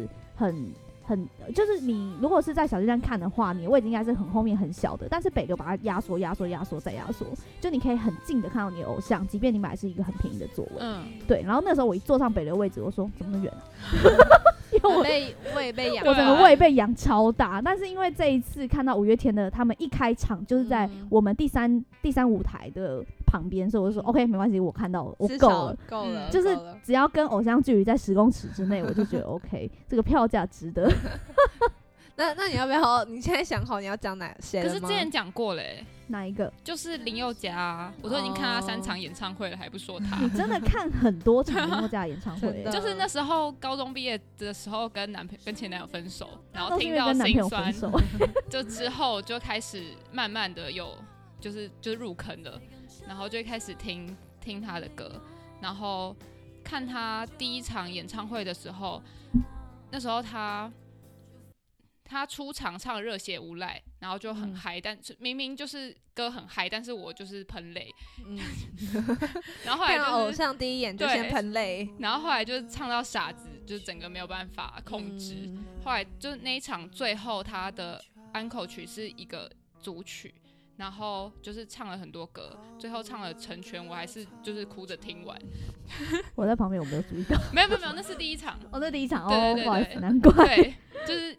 就是你如果是在小巨蛋看的话，你位置应该是很后面很小的，但是北流把它压缩再压缩，就你可以很近的看到你的偶像，即便你买的是一个很便宜的座位。对。然后那时候我一坐上北流位置，我说怎么那么远啊？因为胃被养， 我整个胃被养超大。但是因为这一次看到5月天的他们一开场就是在我们第三舞台的旁边，所以我就说 OK 没关系，我看到了，我够了，就是只要跟偶像距离在10公尺之内，我就觉得 OK 这个票价值得。 那你要不要？你现在想好你要讲哪些了吗？ 可是之前讲过了哪一个？ 就是林宥嘉我都已经看他3场演唱会了，还不说他。 你真的看很多场林宥嘉演唱会就是那时候高中毕业的时候跟前男友分手，然后听到心酸，就之后就开始慢慢的有就入坑了，然后就开始听他的歌，然后看他第1场演唱会的时候，那时候他出场唱热血无赖，然后就很嗨，但是明明就是歌很嗨，但是我就是喷泪。然后后来就是偶像第一眼就先喷泪， 然后后来就是唱到傻子，就是整个没有办法控制。后来就是那一场最后他的安口曲是一个组曲，然后就是唱了很多歌，最后唱了成全，我还是就是哭着听完。 我在旁边我没有注意到。 没有，那是第1场。 那第1场对， 不好意思，难怪。 对，就是高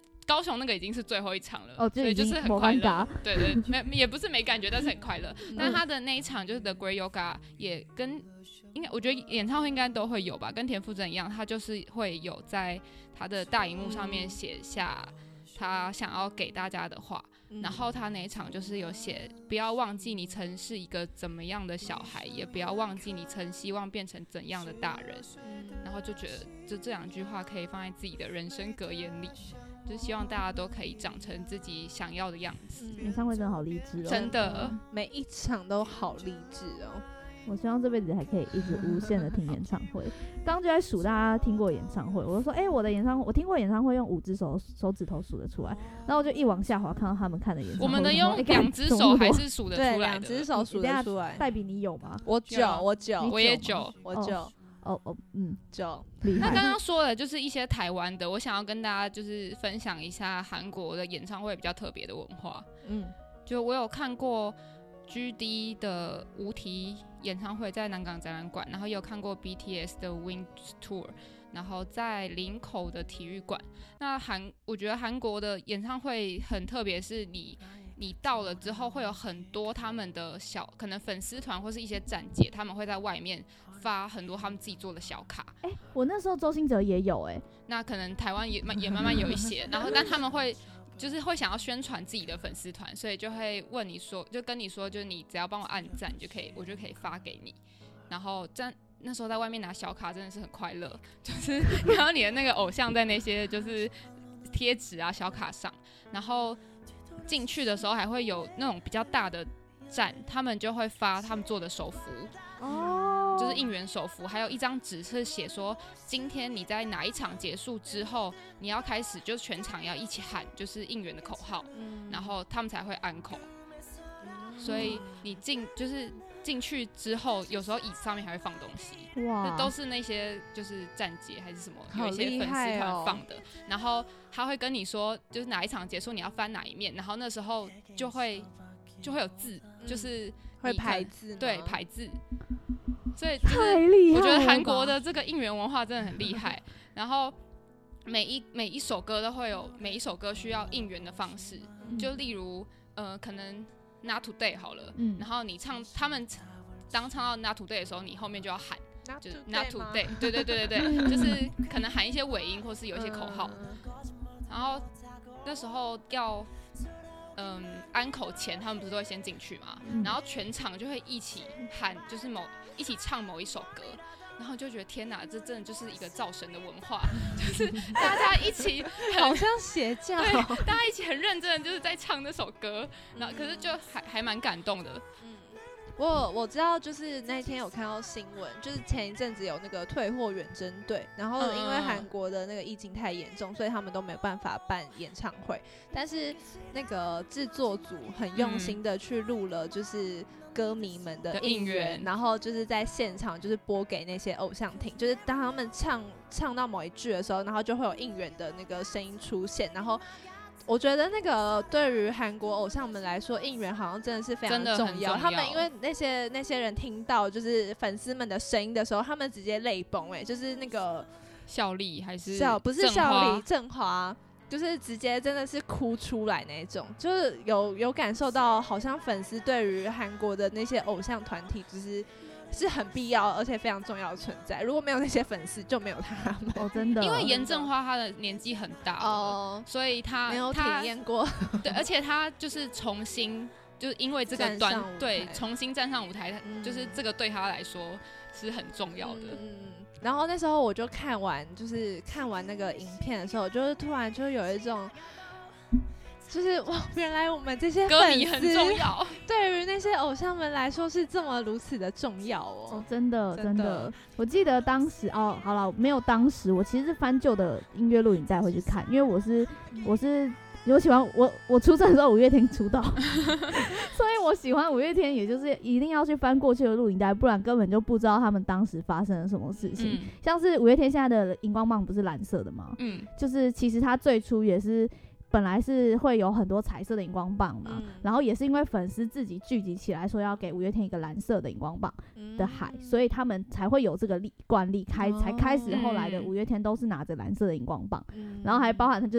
高雄那个已经是最后一场了， 所以就是很快乐。对对，也不是没感觉，但是很快乐。但他的那一场就是 The Great Yoga 也跟应该我觉得演唱会应该都会有吧，跟田馥甄一样，他就是会有在他的大荧幕上面写下他想要给大家的话。然后他那一场就是有写，不要忘记你曾是一个怎么样的小孩，也不要忘记你曾希望变成怎样的大人。然后就觉得这两句话可以放在自己的人生格言里，就希望大家都可以长成自己想要的样子。 演唱会真的好励志哦， 真的， 每一场都好励志哦。 我希望这辈子还可以一直无限的听演唱会。刚刚就在数大家听过演唱会，我就说，我的演唱会，我听过演唱会用5只手指头数得出来，然后我就一往下滑，看到他们看的演唱会， 我们的用2只手还是数得出来的， 对，2只手数得出来。 黛比你有吗？ 我9， 我也9， 我9。9。 那刚刚说的就是一些台湾的，我想要跟大家就是分享一下韩国的演唱会比较特别的文化。就我有看过 GD 的无题演唱会在南港展览馆，然后也有看过 BTS 的 Wings Tour， 然后在林口的体育馆。那我觉得韩国的演唱会很特别，是你到了之后会有很多他们的可能粉丝团或是一些站姐，他们会在外面发很多他们自己做的小卡。 我那时候周兴哲也有那可能台湾也慢慢有一些，然后但他们会想要宣传自己的粉丝团，所以就会问你说，就跟你说，就是你只要帮我按赞我就可以发给你。然后那时候在外面拿小卡真的是很快乐，就是看到你的那个偶像在那些就是贴纸啊小卡上，然后进去的时候还会有那种比较大的站，他们就会发他们做的手幅。就是应援手幅，还有一张纸是写说，今天你在哪一场结束之后，你要开始就全场要一起喊就是应援的口号，然后他们才会安口。所以你进去之后，有时候椅子上面还会放东西，哇，都是那些就是站姐还是什么，有一些粉丝团放的。然后他会跟你说，就是哪一场结束你要翻哪一面，然后那时候就会有字，就是会排字， 对，排字。所以就是我觉得韩国的这个应援文化真的很厉害。然后每一首歌都会有每一首歌需要应援的方式，就例如可能 Not Today 好了，然后他们当唱到 Not Today 的时候，你后面就要喊，就是 Not Today， 对，就是可能喊一些尾音或是有一些口号。然后那时候要安口前，他们不是都会先进去嘛，然后全场就会一起喊，就是一起唱某一首歌，然后就觉得天哪，这真的就是一个造神的文化，就是大家一起好像邪教， 对，大家一起很认真的就是在唱那首歌，然后可是就还蛮感动的。 我知道，就是那天有看到新闻，就是前一阵子有那个退货远征队，然后因为韩国的那个疫情太严重，所以他们都没有办法办演唱会，但是那个制作组很用心的去录了，就是歌迷们的应援，然后就是在现场就是播给那些偶像听，就是当他们唱到某一句的时候，然后就会有应援的那个声音出现，然后我觉得那个对于韩国偶像们来说，应援好像真的是非常重要。他们因为那些人听到就是粉丝们的声音的时候，他们直接泪崩，就是那个孝利还是不是孝利，振华，就是直接真的是哭出来那种，就是有感受到，好像粉丝对于韩国的那些偶像团体是很必要而且非常重要的存在，如果没有那些粉丝就没有他们。 真的， 因为严正花他的年纪很大了，所以他没有体验过， 对，而且他就是重新就是因为这个重新站上舞台，就是这个对他来说是很重要的。 然后那时候我就看完那个影片的时候，就是突然就有一种。就是哇，原来我们这些歌迷很重要， 对于那些偶像们来说是这么如此的重要哦。 真的，我记得当时好了，没有当时，我其实是翻旧的音乐录影带回去看，因为我喜欢我出生的时候5月天出道，所以我喜欢5月天，也就是一定要去翻过去的录影带，不然根本就不知道他们当时发生了什么事情。像是5月天现在的荧光棒不是蓝色的吗？就是其实他最初也是。本来是会有很多彩色的荧光棒嘛，然后也是因为粉丝自己聚集起来说要给5月天一个蓝色的荧光棒的海，所以他们才会有这个惯例才开始后来的5月天都是拿着蓝色的荧光棒，然后还包含他就是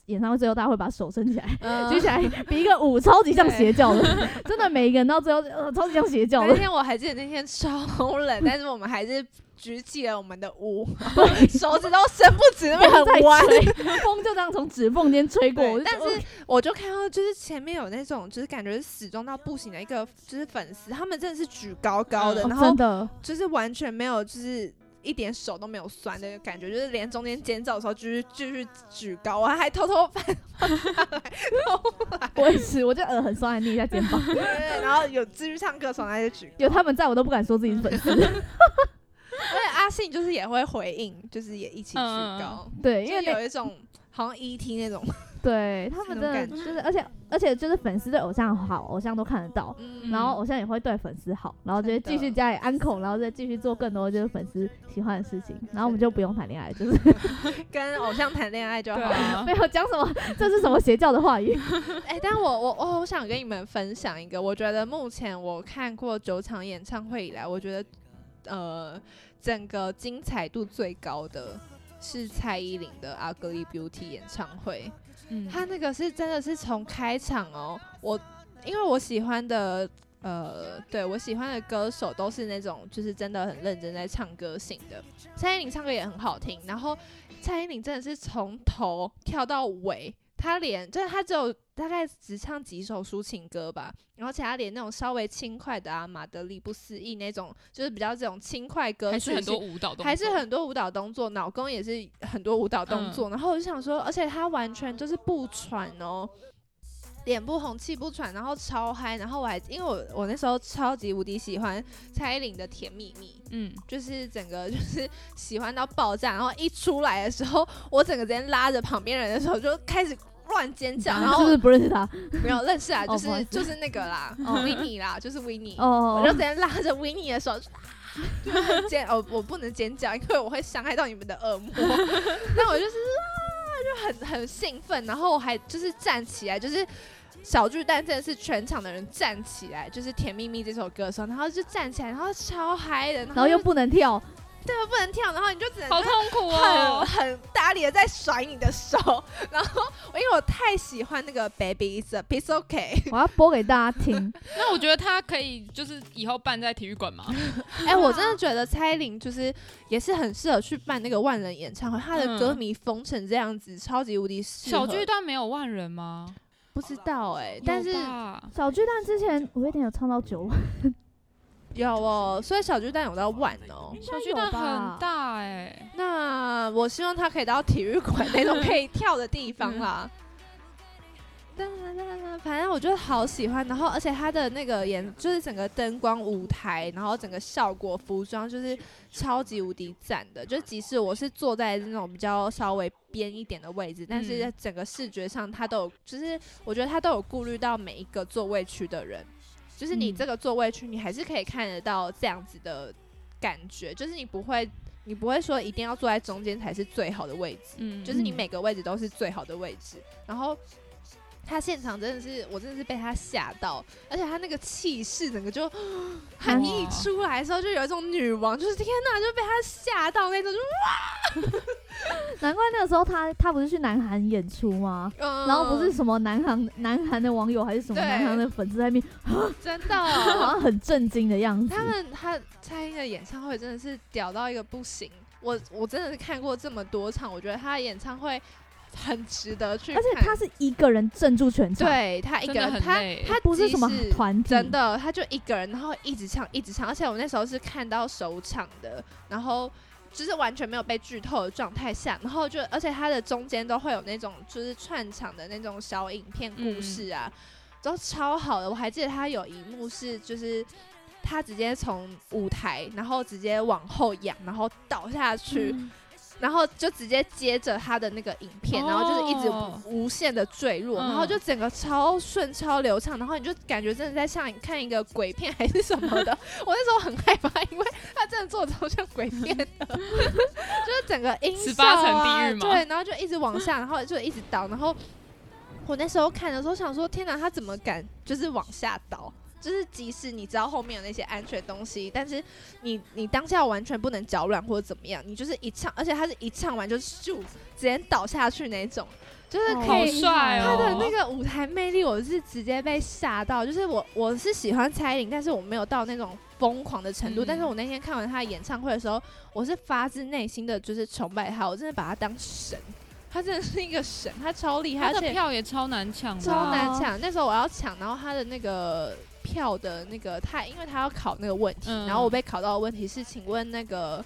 演唱会最后大家会把手伸起来，举起来比一个舞，超级像邪教的，真的每一个人到最后超级像邪教的。 那天我还记得那天超冷，但是我们还是举起了我们的舞，手指都伸不直，那边很弯， 风就这样从指缝间吹过。 但是我就看到，就是前面有那种，就是感觉是死忠到不行的一个，就是粉丝，他们真的是举高高的，然后就是完全没有，就是一点手都没有酸的感觉，就是连中间尖叫的时候继续举高，我还偷偷放下来。 我也是，我就很酸，还捏一下肩膀。 对，然后有继续唱歌的时候，那就举高。 有他们在我都不敢说自己是粉丝。 而且阿信就是也会回应，就是也一起举高。 对，因为有一种好像 ET 那种。 对他们真的就是，而且就是粉丝对偶像好，偶像都看得到，然后偶像也会对粉丝好，然后就会继续加以安口，然后再继续做更多就是粉丝喜欢的事情，然后我们就不用谈恋爱，就是跟偶像谈恋爱就好了。 没有讲什么，这是什么邪教的话语？ 但我想跟你们分享一个，我觉得目前我看过9场演唱会以来，我觉得整个精彩度最高的是蔡依林的《Ugly Beauty》演唱会。他那个是真的是从开场哦，因为我喜欢的对我喜欢的歌手都是那种就是真的很认真在唱歌型的，蔡依林唱歌也很好听，然后蔡依林真的是从头跳到尾，他只有大概只唱几首抒情歌吧，然后其他连那种稍微轻快的马德里不思议那种，就是比较这种轻快歌曲， 还是很多舞蹈动作， 还是很多舞蹈动作，脑公也是很多舞蹈动作，然后我就想说，而且他完全就是不喘哦，脸不红气不喘，然后超嗨，然后因为我那时候超级无敌喜欢蔡依林的《甜蜜蜜》，就是整个就是喜欢到爆炸，然后一出来的时候，我整个直接拉着旁边人的时候就开始乱尖叫，然后是不是不认识他？ 没有认识啊，就是那个啦，Winnie 啦，就是 Winnie，我就直接拉着 Winnie 的手。就是尖我不能尖叫，因为我会伤害到你们的耳膜。那我就是就很兴奋，然后我还就是站起来，就是小巨蛋真的是全场的人站起来，就是《甜蜜蜜》这首歌的时候，然后就站起来，然后超嗨的， 然后又不能跳。 对，不能跳，然后你就只能好痛苦哦， 很大力的在甩你的手，然后因为我太喜欢那个 Baby It's a Piece of Cake， 我要播给大家听。 那我觉得他可以就是以后办在体育馆吗？ 我真的觉得蔡依林就是也是很适合去办那个万人演唱会，她的歌迷疯成这样子，超级无敌适合。 小巨蛋没有万人吗？ 不知道但是小巨蛋之前5月天有唱到9万。 有哦，所以小巨蛋有到1哦， 小巨蛋很大那我希望它可以到体育馆那种可以跳的地方啦。反正我觉得好喜欢，然后而且它的那个就是整个灯光舞台，然后整个效果服装就是超级无敌赞的，就即使我是坐在那种比较稍微边一点的位置，但是在整个视觉上它都有，就是我觉得它都有顾虑到每一个座位区的人。就是你这个座位区，你还是可以看得到这样子的感觉，就是你不会说一定要坐在中间才是最好的位置，就是你每个位置都是最好的位置。然后他现场我真的是被他吓到，而且他那个气势整个就，他一出来的时候就有一种女王，就是天哪，就被他吓到那种，就哇！ 难怪那个时候他不是去南韩演出吗？然后不是什么南韩的网友还是什么南韩的粉丝在那边， 真的好像很震惊的样子。 他蔡依林的演唱会真的是屌到一个不行，我真的是看过这么多场，我觉得他的演唱会很值得去看， 而且他是一个人镇住全场， 对他一个人，他不是什么团体， 真的他就一个人，然后一直唱，而且我那时候是看到首场的，然后就是完全没有被剧透的状态下，然后而且他的中间都会有那种就是串场的那种小影片故事啊，都超好的。我还记得他有一幕是就是他直接从舞台，然后直接往后仰，然后倒下去。然后就直接接着他的那个影片，然后就是一直无限的坠落，然后就整个超顺超流畅，然后你就感觉真的在像看一个鬼片还是什么的。我那时候很害怕，因为他真的做得超像鬼片的，就是整个音效 18层地狱嘛， 对，然后就一直往下，然后就一直倒，然后我那时候看的时候想说，天哪，他怎么敢就是往下倒？就是即使你知道后面有那些安全东西，但是你当下完全不能脚软或者怎么样，你就是一唱，而且他是一唱完就咻直接倒下去那种， 就是可以帅他的那个舞台魅力，我是直接被吓到。就是我是喜欢蔡依林，但是我没有到那种疯狂的程度。但是我那天看完他的演唱会的时候，我是发自内心的就是崇拜他，我真的把他当神。他真的是一个神，他超厉害， 他的票也超难抢， 超难抢。那时候我要抢，然后他的那个票的那个因为他要考那个问题，然后我被考到的问题是，请问那个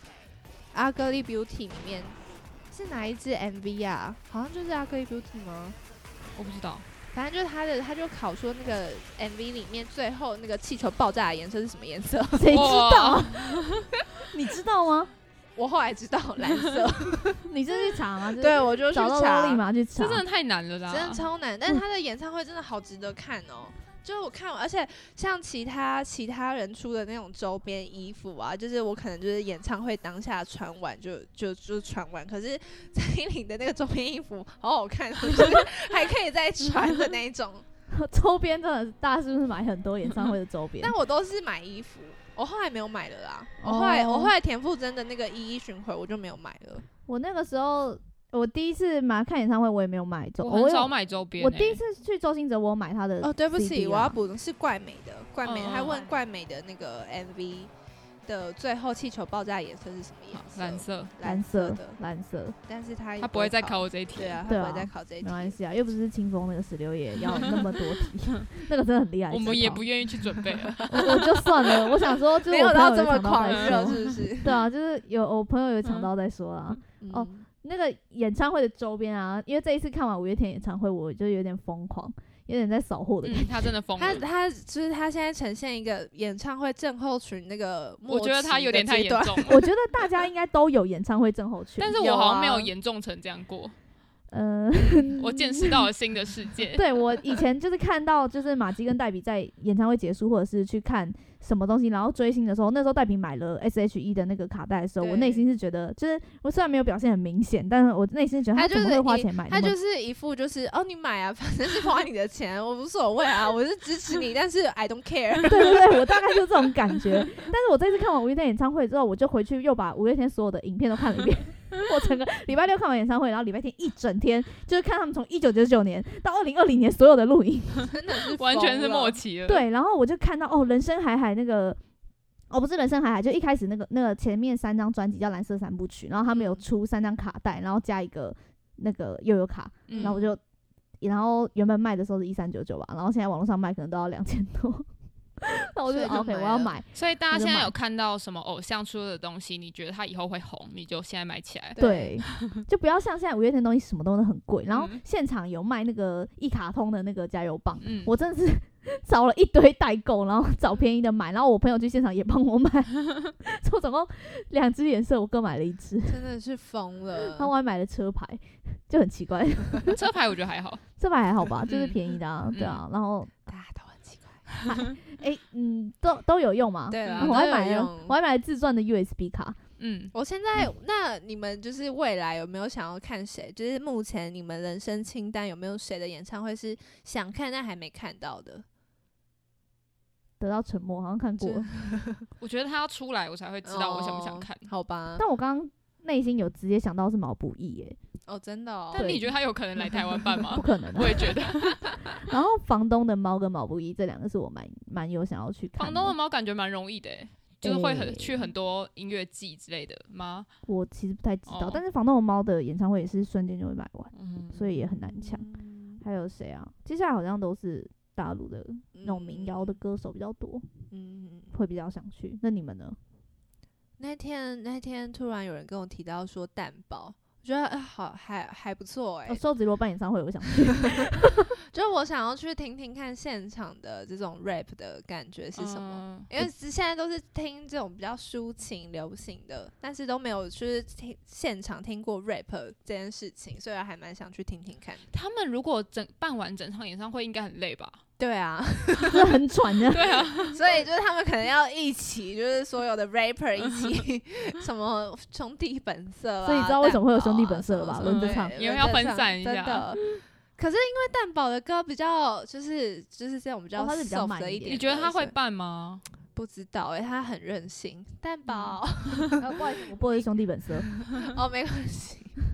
《Ugly Beauty》里面是哪一支 MV 啊？好像就是《Ugly Beauty》吗？ 我不知道， 反正就是他就考说那个 MV 里面最后那个气球爆炸的颜色是什么颜色？ 谁知道？你知道吗？ 我后来知道蓝色。 你是去查吗？ 对，我就去查， 找到立马去查。 这真的太难了啦， 真的超难。但是他的演唱会真的好值得看哦。就是我看完，而且像其他人出的那种周边衣服啊，就是我可能就是演唱会当下穿完就穿完，可是蔡依林的那个周边衣服好好看，就是还可以再穿的那一种。 周边真的大家是不是买很多演唱会的周边？ 但我都是买衣服，我后来没有买了啦。我后来田馥甄的那个一巡回我就没有买了。 我那个时候。我第一次看演唱会，我也没有买周， 我很少买周边。 我第一次去周兴哲，我有买他的 CD。 对不起，我要补充是怪美的，他问怪美的那个 MV 的最后气球爆炸的颜色是什么颜色？蓝色。但是他不会再考我这一题， 对啊，他不会再考这一题， 没关系啊，又不是清风那个16页要那么多题，那个真的很厉害。 我们也不愿意去准备了， 我就算了。我想说，就是没有到这么狂热，是不是？ 对啊，就是我朋友有抢到再说啦。哦。那个演唱会的周边啊，因为这一次看完五月天演唱会，我就有点疯狂，有点在扫货的感觉。 他真的疯了。 他就是他现在呈现一个演唱会症候群那个末期的阶段， 我觉得他有点太严重了。 我觉得大家应该都有演唱会症候群， 但是我好像没有严重成这样过。我见识到了新的世界。 对，我以前就是看到就是马基跟黛比在演唱会结束，或者是去看什么东西，然后追星的时候，那时候黛比买了 SHE 的那个卡带的时候，我内心是觉得，就是我虽然没有表现很明显，但是我内心是觉得他怎么会花钱买？ 他就是一副就是你买啊，反正是花你的钱，我无所谓啊，我是支持你，但是 I don't care。 对，我大概就这种感觉。但是我这次看完五月天演唱会之后，我就回去又把五月天所有的影片都看了一遍。我整个礼拜六看完演唱会，然后礼拜天一整天就是看他们从1999年到2020年所有的录影， 真的是完全是默契了。 对，然后我就看到人生海海那个，不是人生海海，就一开始那个前面3张专辑叫蓝色3部曲，然后他们有出3张卡带，然后加一个那个悠悠卡，然后然后原本卖的时候是1399吧，然后现在网络上卖可能都要2000多。那我就 OK， 我要买。 所以大家现在有看到什么偶像出的东西，你觉得他以后会红，你就现在买起来。 对，就不要像现在五月天东西什么都很贵，然后现场有卖那个一卡通的那个加油棒，我真的是找了一堆代购，然后找便宜的买，然后我朋友去现场也帮我买，我总共2支颜色，我各买了1支， 真的是疯了。 然后我还买了车牌，就很奇怪。 车牌我觉得还好， 车牌还好吧，就是便宜的啊，对啊，然后大家都很奇怪。 都有用嘛？ 对啊， 我还买了自传的 USB 卡。 我现在那你们就是未来有没有想要看谁？就是目前你们人生清单有没有谁的演唱会是想看但还没看到的？ 得到沉默，好像看过了。 我觉得他要出来，我才会知道我想不想看。 好吧。 但我刚刚内心有直接想到是毛不易耶。 真的哦。 但你觉得他有可能来台湾办吗？ 不可能啊。 我也觉得。 然后房东的猫跟毛不易这2个是我蛮有想要去看的。 房东的猫感觉蛮容易的耶，就是会去很多音乐季之类的吗？ 我其实不太知道，但是房东的猫的演唱会也是瞬间就会买完，所以也很难抢。还有谁啊？接下来好像都是大陆的那种民谣的歌手比较多，会比较想去。那你们呢？ 那天突然有人跟我提到说蛋堡。我觉得好还不错瘦子罗办演唱会我想去。 就是我想要去听听看现场的这种 rap 的感觉是什么，因为现在都是听这种比较抒情流行的，但是都没有就是现场听过 rap 这件事情，所以还蛮想去听听看。 他们如果办完整场演唱会应该很累吧？ 对啊， 是很喘的。 对啊， 所以就是他们可能要一起，就是所有的 rapper 一起，什么兄弟本色啊， 所以你知道为什么会有兄弟本色了吧？轮着唱， 因为要分散一下。 真的。可是因为蛋堡的歌比较就是这种比较 soft 的一点， 你觉得他会办吗？ 不知道他很任性。蛋堡， 不好意思，我播的是兄弟本色。 没关系。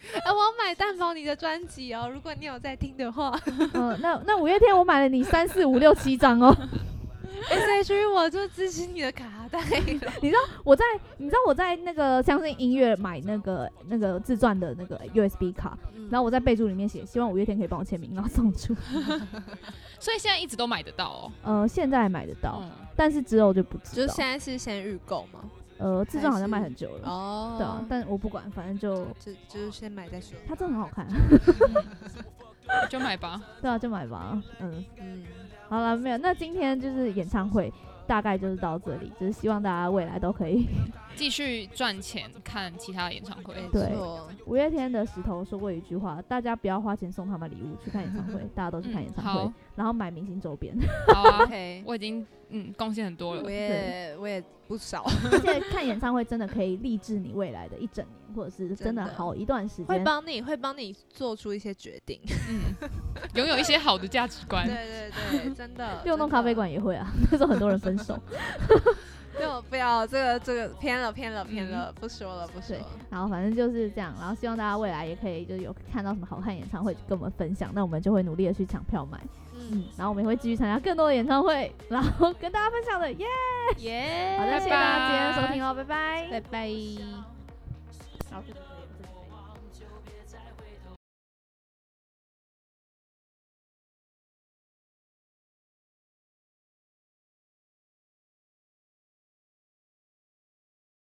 我要买蛋堡你的专辑哦，如果你有在听的话。 那五月天我买了你3、4、5、6、7张哦。 SHE 我就支持你的卡带了。 你知道我在那个相信音乐买那个自传的那个 USB 卡，然后我在备注里面写希望五月天可以帮我签名，然后送出。 所以现在一直都买得到哦。 现在买得到，但是之后就不知道。 就是现在是先预购吗？ 自传好像卖很久了哦。 对啊，但我不管，反正就是先买再说。 它真的很好看。 就买吧。 对啊，就买吧。好了，没有。那今天就是演唱会，大概就是到这里，就是希望大家未来都可以继续赚钱看其他的演唱会。 对，五月天的石头说过一句话：大家不要花钱送他们礼物去看演唱会，大家都去看演唱会，然后买明星周边。 好啊，我已经贡献很多了。我也不少。 而且看演唱会真的可以励志你未来的一整年，或者是真的好一段时间， 会帮你做出一些决定， 拥有一些好的价值观。 对，真的。 六弄咖啡馆也会啊，那时候很多人分手。 不要这个偏了，不说了。 然后反正就是这样，然后希望大家未来也可以就是有看到什么好看演唱会就跟我们分享，那我们就会努力的去抢票买。然后我们也会继续参加更多的演唱会，然后跟大家分享的，耶！好的，谢谢大家今天的收听哦，拜拜。 好。